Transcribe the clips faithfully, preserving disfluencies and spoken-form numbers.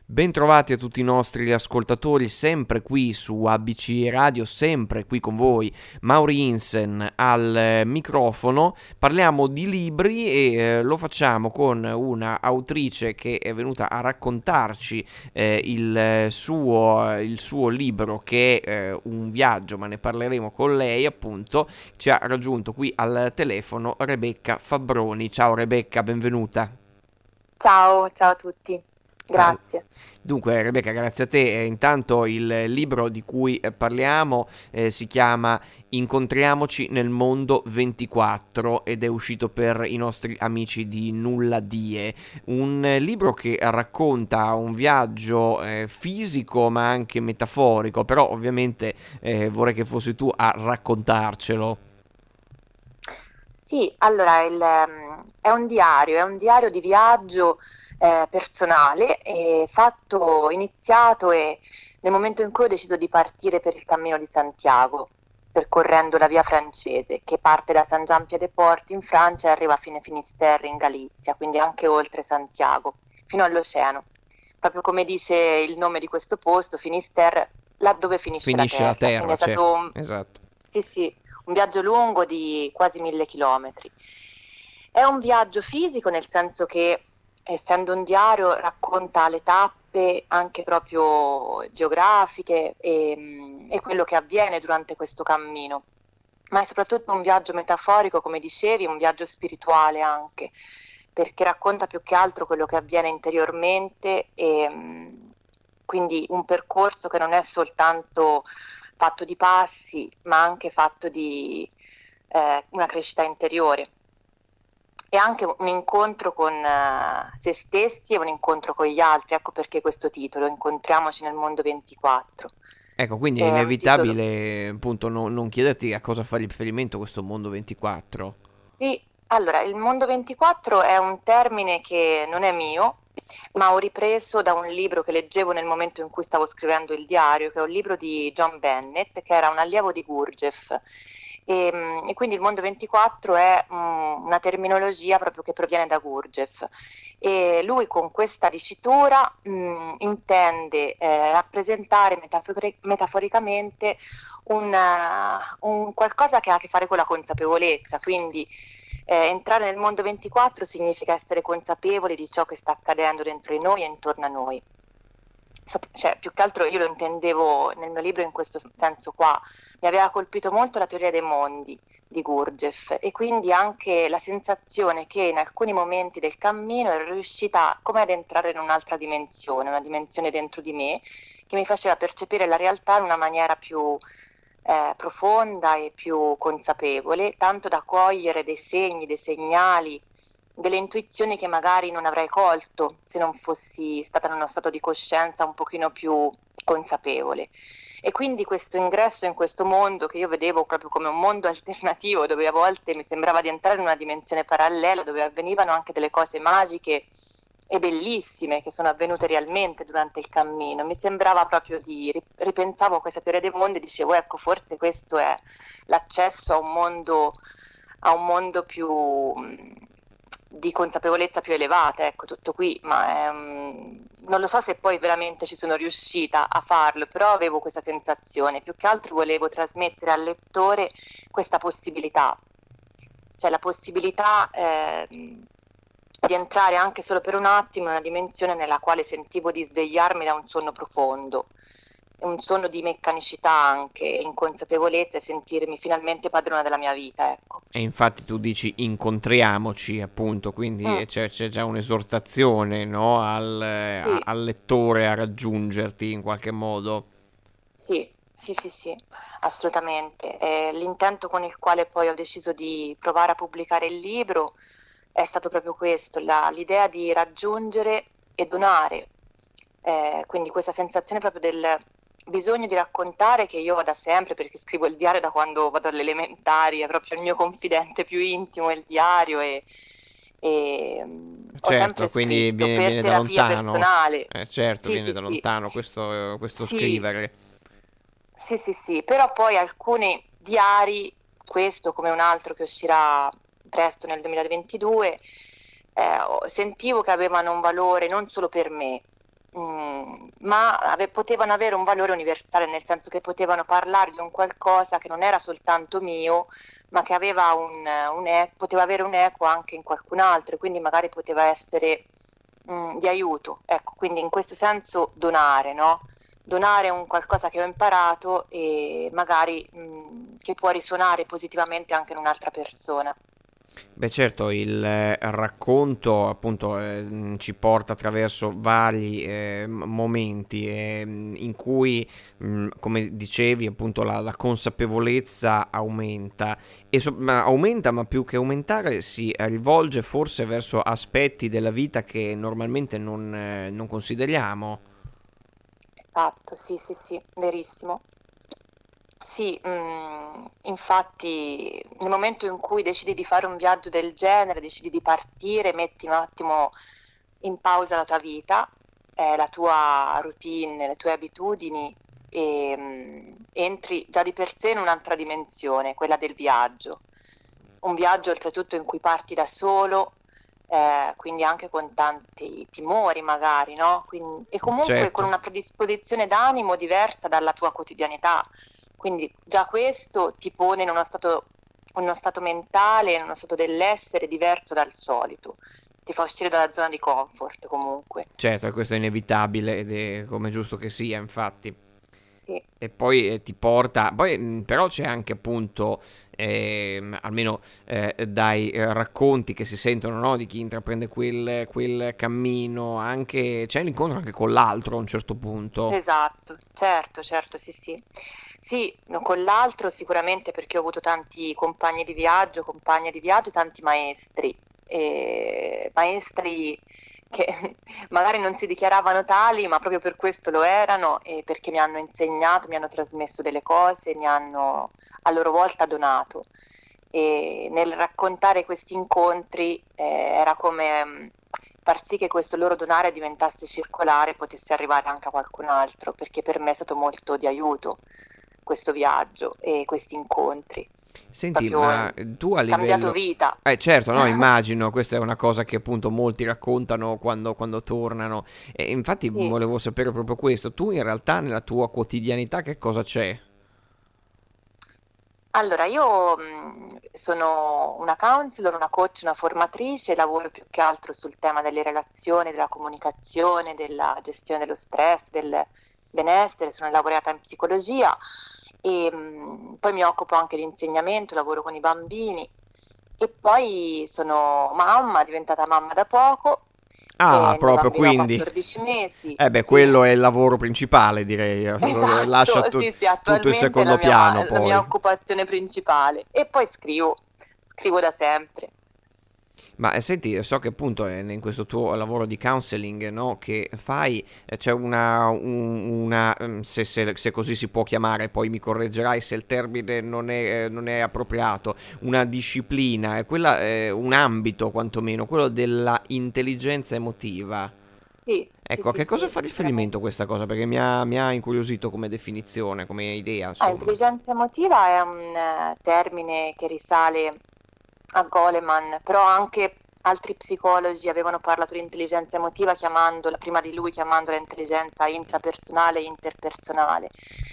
Bentrovati a tutti i nostri ascoltatori, sempre qui su A B C Radio, sempre qui con voi, Mauri Insen al eh, microfono. Parliamo di libri e eh, lo facciamo con una autrice che è venuta a raccontarci eh, il, eh, suo, il suo libro, che è eh, un viaggio, ma ne parleremo con lei appunto. Ci ha raggiunto qui al telefono Rebecca Fabbroni. Ciao Rebecca, benvenuta. Ciao, ciao a tutti, Ah, grazie. Dunque, Rebecca, grazie a te. Eh, intanto il libro di cui eh, parliamo eh, si chiama Incontriamoci nel mondo ventiquattro ed è uscito per i nostri amici di Nulla Die. Un eh, libro che racconta un viaggio eh, fisico ma anche metaforico, però ovviamente eh, vorrei che fossi tu a raccontarcelo. Sì, allora il, ehm, è un diario, è un diario di viaggio eh, personale, e fatto, iniziato e nel momento in cui ho deciso di partire per il Cammino di Santiago, percorrendo la via francese, che parte da Saint-Jean-Pied-de-Port in Francia e arriva a fine Finisterre in Galizia, quindi anche oltre Santiago, fino all'oceano. Proprio come dice il nome di questo posto, Finisterre, là dove finisce la Finisce la terra. Quindi terra, è stato certo, un, esatto. sì, sì, un viaggio lungo di quasi mille chilometri. È un viaggio fisico nel senso che, essendo un diario, racconta le tappe anche proprio geografiche e, e quello che avviene durante questo cammino. Ma è soprattutto un viaggio metaforico, come dicevi, un viaggio spirituale anche, perché racconta più che altro quello che avviene interiormente e mh, quindi un percorso che non è soltanto fatto di passi, ma anche fatto di eh, una crescita interiore. E anche un incontro con eh, se stessi e un incontro con gli altri, ecco perché questo titolo, Incontriamoci nel mondo ventiquattro. Ecco, quindi è È un titolo. inevitabile appunto non, non chiederti a cosa fa riferimento questo mondo ventiquattro. Sì, allora, il mondo ventiquattro è un termine che non è mio, ma ho ripreso da un libro che leggevo nel momento in cui stavo scrivendo il diario, che è un libro di John Bennett, che era un allievo di Gurdjieff. E, mm, e quindi il mondo ventiquattro è mm, una terminologia proprio che proviene da Gurdjieff. E lui con questa dicitura mm, intende eh, rappresentare metafori- metaforicamente un, eh, un qualcosa che ha a che fare con la consapevolezza, quindi eh, entrare nel mondo ventiquattro significa essere consapevoli di ciò che sta accadendo dentro di noi e intorno a noi. Cioè, più che altro io lo intendevo nel mio libro in questo senso qua. Mi aveva colpito molto la teoria dei mondi di Gurdjieff e quindi anche la sensazione che in alcuni momenti del cammino ero riuscita come ad entrare in un'altra dimensione, una dimensione dentro di me che mi faceva percepire la realtà in una maniera più eh, profonda e più consapevole, tanto da cogliere dei segni, dei segnali, delle intuizioni che magari non avrei colto se non fossi stata in uno stato di coscienza un pochino più consapevole. E quindi questo ingresso in questo mondo che io vedevo proprio come un mondo alternativo, dove a volte mi sembrava di entrare in una dimensione parallela, dove avvenivano anche delle cose magiche e bellissime che sono avvenute realmente durante il cammino. Mi sembrava proprio di ripensavo a questa teoria dei mondi e dicevo, ecco, forse questo è l'accesso a un mondo, a un mondo più mh, di consapevolezza più elevata, ecco, tutto qui, ma è, um, non lo so se poi veramente ci sono riuscita a farlo, però avevo questa sensazione, più che altro volevo trasmettere al lettore questa possibilità, cioè la possibilità eh, di entrare anche solo per un attimo in una dimensione nella quale sentivo di svegliarmi da un sonno profondo, un sonno di meccanicità anche, inconsapevolezza e sentirmi finalmente padrona della mia vita, ecco. E infatti tu dici incontriamoci, appunto, Mm, quindi c'è, c'è già un'esortazione, no, al, a- sì, al lettore a raggiungerti in qualche modo. sì, sì, sì, sì, assolutamente. Eh, l'intento con il quale poi ho deciso di provare a pubblicare il libro è stato proprio questo, la- l'idea di raggiungere e donare. Eh, quindi questa sensazione proprio del bisogno di raccontare, che io ho da sempre, perché scrivo il diario da quando vado alle elementari, è proprio il mio confidente più intimo, il diario, e, e, mm, ho Certo, sempre quindi scritto viene, per viene da terapia lontano. personale. Eh, certo, Sì, viene sì, da sì, lontano questo, questo sì, scrivere. sì, sì, sì, però poi alcuni diari, questo come un altro che uscirà presto nel duemilaventidue, eh, ho- sentivo che avevano un valore non solo per me, mm, ma ave- potevano avere un valore universale, nel senso che potevano parlare di un qualcosa che non era soltanto mio, ma che aveva un, un e- poteva avere un eco anche in qualcun altro, e quindi magari poteva essere mm, di aiuto. Ecco, quindi in questo senso donare, no? Donare un qualcosa che ho imparato e magari mm, che può risuonare positivamente anche in un'altra persona. Beh, certo, il eh, racconto appunto eh, mh, ci porta attraverso vari eh, m- momenti eh, mh, in cui, mh, come dicevi, appunto la, la consapevolezza aumenta e so- ma aumenta, ma più che aumentare si rivolge forse verso aspetti della vita che normalmente non, eh, non consideriamo. Esatto, sì, sì, sì, verissimo. Sì, mm, infatti nel momento in cui decidi di fare un viaggio del genere, decidi di partire, metti un attimo in pausa la tua vita, eh, la tua routine, le tue abitudini e mm, entri già di per sé in un'altra dimensione, quella del viaggio. Un viaggio oltretutto in cui parti da solo, eh, quindi anche con tanti timori magari, no? Quindi- e comunque con Certo. una predisposizione d'animo diversa dalla tua quotidianità. Quindi già questo ti pone in uno stato, in uno stato mentale, in uno stato dell'essere diverso dal solito. Ti fa uscire dalla zona di comfort comunque. Certo, e questo è inevitabile ed è come è giusto che sia, infatti. Sì, E poi eh, ti porta, poi mh, però c'è anche appunto, ehm, almeno eh, dai eh, racconti che si sentono, no, di chi intraprende quel, quel cammino, anche c'è l'incontro anche con l'altro a un certo punto. esatto, certo, certo, sì, sì. Sì, no, con l'altro sicuramente perché ho avuto tanti compagni di viaggio, compagne di viaggio, tanti maestri, e maestri che magari non si dichiaravano tali, ma proprio per questo lo erano e perché mi hanno insegnato, mi hanno trasmesso delle cose, mi hanno a loro volta donato. E nel raccontare questi incontri eh, era come mh, far sì che questo loro donare diventasse circolare e potesse arrivare anche a qualcun altro, perché per me è stato molto di aiuto questo viaggio e questi incontri. Senti, Proprio ma eh, tu a cambiato livello... vita. Eh certo, no, immagino, questa è una cosa che appunto molti raccontano quando, quando tornano. E infatti Sì. volevo sapere proprio questo, tu in realtà nella tua quotidianità che cosa c'è? Allora, io mh, sono una counselor, una coach, una formatrice, lavoro più che altro sul tema delle relazioni, della comunicazione, della gestione dello stress, del benessere, sono laureata in psicologia e mh, poi mi occupo anche di insegnamento, lavoro con i bambini e poi sono mamma, diventata mamma da poco, Ah, e il mio proprio bambino ha quindi. quattordici mesi, Eh beh, sì. quello è il lavoro principale, direi. Lascia Esatto, tu- sì, sì, tutto in attualmente è la secondo mia, piano la mia poi. occupazione principale. E poi scrivo, scrivo da sempre. Ma eh, senti, so che appunto eh, in questo tuo lavoro di counseling, no, che fai, eh, c'è una, un- una ehm, se, se- se così si può chiamare, poi mi correggerai se il termine non è, eh, non è appropriato, una disciplina, è quella, eh, un ambito quantomeno, quello della intelligenza emotiva. Sì, sì, Ecco, a sì, che cosa sì, fa sicuramente. riferimento questa cosa? Perché mi ha, mi ha incuriosito come definizione, come idea, Ah, insomma. intelligenza emotiva è un eh, termine che risale a Goleman, però anche altri psicologi avevano parlato di intelligenza emotiva chiamandola, prima di lui chiamandola intelligenza intrapersonale e interpersonale.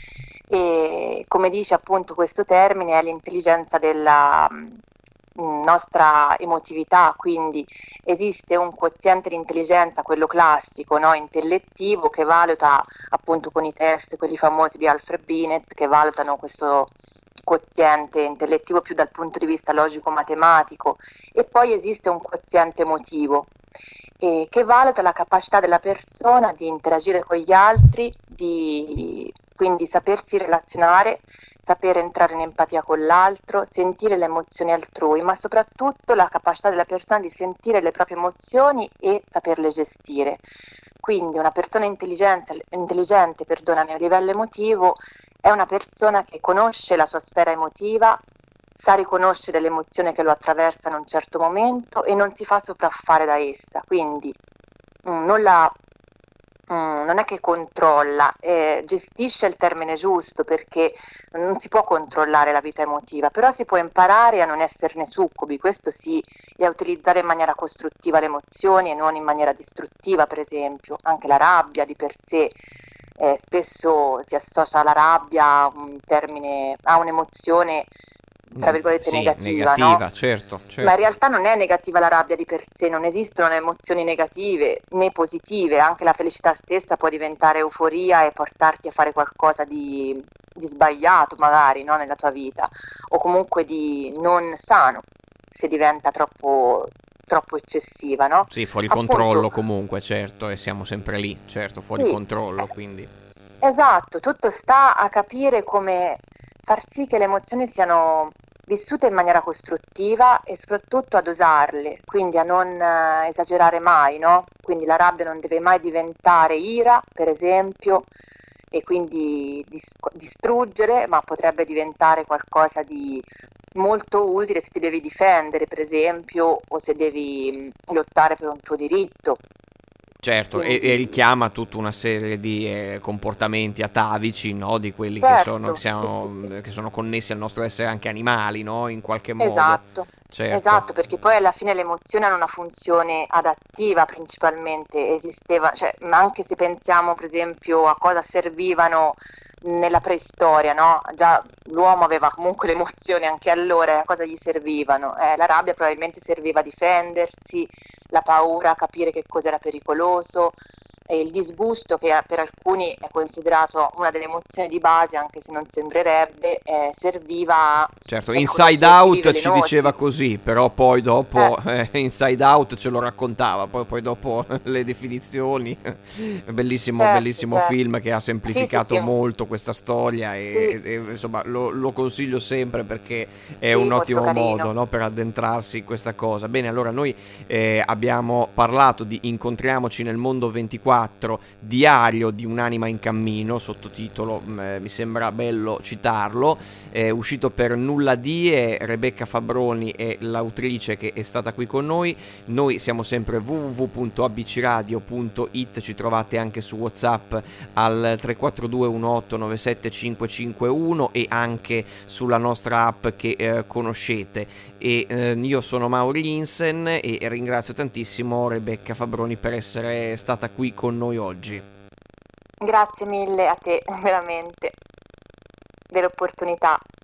E come dice appunto questo termine è l'intelligenza della mh, nostra emotività, quindi esiste un quoziente di intelligenza, quello classico, no, intellettivo, che valuta appunto con i test, quelli famosi di Alfred Binet, che valutano questo quoziente intellettivo più dal punto di vista logico-matematico, e poi esiste un quoziente emotivo eh, che valuta la capacità della persona di interagire con gli altri, di quindi sapersi relazionare, sapere entrare in empatia con l'altro, sentire le emozioni altrui, ma soprattutto la capacità della persona di sentire le proprie emozioni e saperle gestire. Quindi una persona intelligente, intelligente perdonami, a livello emotivo è una persona che conosce la sua sfera emotiva, sa riconoscere l'emozione che lo attraversa in un certo momento e non si fa sopraffare da essa, quindi mh, non la mm, non è che controlla, eh, gestisce il termine giusto, perché non si può controllare la vita emotiva, però si può imparare a non esserne succubi, questo sì, e a utilizzare in maniera costruttiva le emozioni e non in maniera distruttiva, per esempio. Anche la rabbia di per sé, eh, spesso si associa alla rabbia a un termine, a un'emozione tra virgolette Sì, negativa, no? negativa, certo, Ma in certo. realtà non è negativa la rabbia di per sé, non esistono emozioni negative né positive, anche la felicità stessa può diventare euforia e portarti a fare qualcosa di, di sbagliato magari, no, nella tua vita, o comunque di non sano se diventa troppo, troppo eccessiva, no? Sì, fuori Appunto, controllo comunque, certo, e siamo sempre lì, certo, fuori sì, controllo, quindi. esatto, tutto sta a capire come far sì che le emozioni siano vissute in maniera costruttiva e soprattutto a dosarle, quindi a non eh, esagerare mai, no? Quindi la rabbia non deve mai diventare ira, per esempio, e quindi dis- distruggere, ma potrebbe diventare qualcosa di molto utile se ti devi difendere, per esempio, o se devi mh, lottare per un tuo diritto. Certo, e, e Quindi, richiama tutta una serie di eh, comportamenti atavici, no? Di quelli che sono, che, certo, sì, sì, siano, sì. che sono connessi al nostro essere anche animali, no? In qualche modo. Esatto, Certo. esatto, perché poi alla fine le emozioni hanno una funzione adattiva principalmente, esisteva, cioè, ma anche se pensiamo per esempio a cosa servivano nella preistoria, no? Già l'uomo aveva comunque le emozioni anche allora, e a cosa gli servivano? Eh, la rabbia probabilmente serviva a difendersi, la paura a capire che cosa era pericoloso, e il disgusto, che per alcuni è considerato una delle emozioni di base, anche se non sembrerebbe, eh, serviva a Certo, Inside riconoscere cibi Out ci velenosi. diceva così, però poi Eh, dopo eh, Inside Out ce lo raccontava, poi, poi dopo le definizioni, bellissimo, certo, bellissimo certo. film che ha Sì, sì, semplificato sì, molto questa storia e, sì, e- e, insomma lo, lo consiglio sempre perché è un sì, molto ottimo modo, carino. no, per addentrarsi in questa cosa. Bene, allora noi eh, abbiamo parlato di Incontriamoci nel mondo ventiquattro, diario di un'anima in cammino, sottotitolo, mh, eh, mi sembra bello citarlo, è uscito per Nulla di, e Rebecca Fabroni è l'autrice che è stata qui con noi. Noi siamo sempre w w w punto a b c radio punto i t, ci trovate anche su WhatsApp al tre quattro due uno otto nove sette cinque cinque uno e anche sulla nostra app che eh, conoscete. E eh, io sono Mauri Linsen e ringrazio tantissimo Rebecca Fabroni per essere stata qui con noi oggi. Grazie mille a te, veramente, dell'opportunità.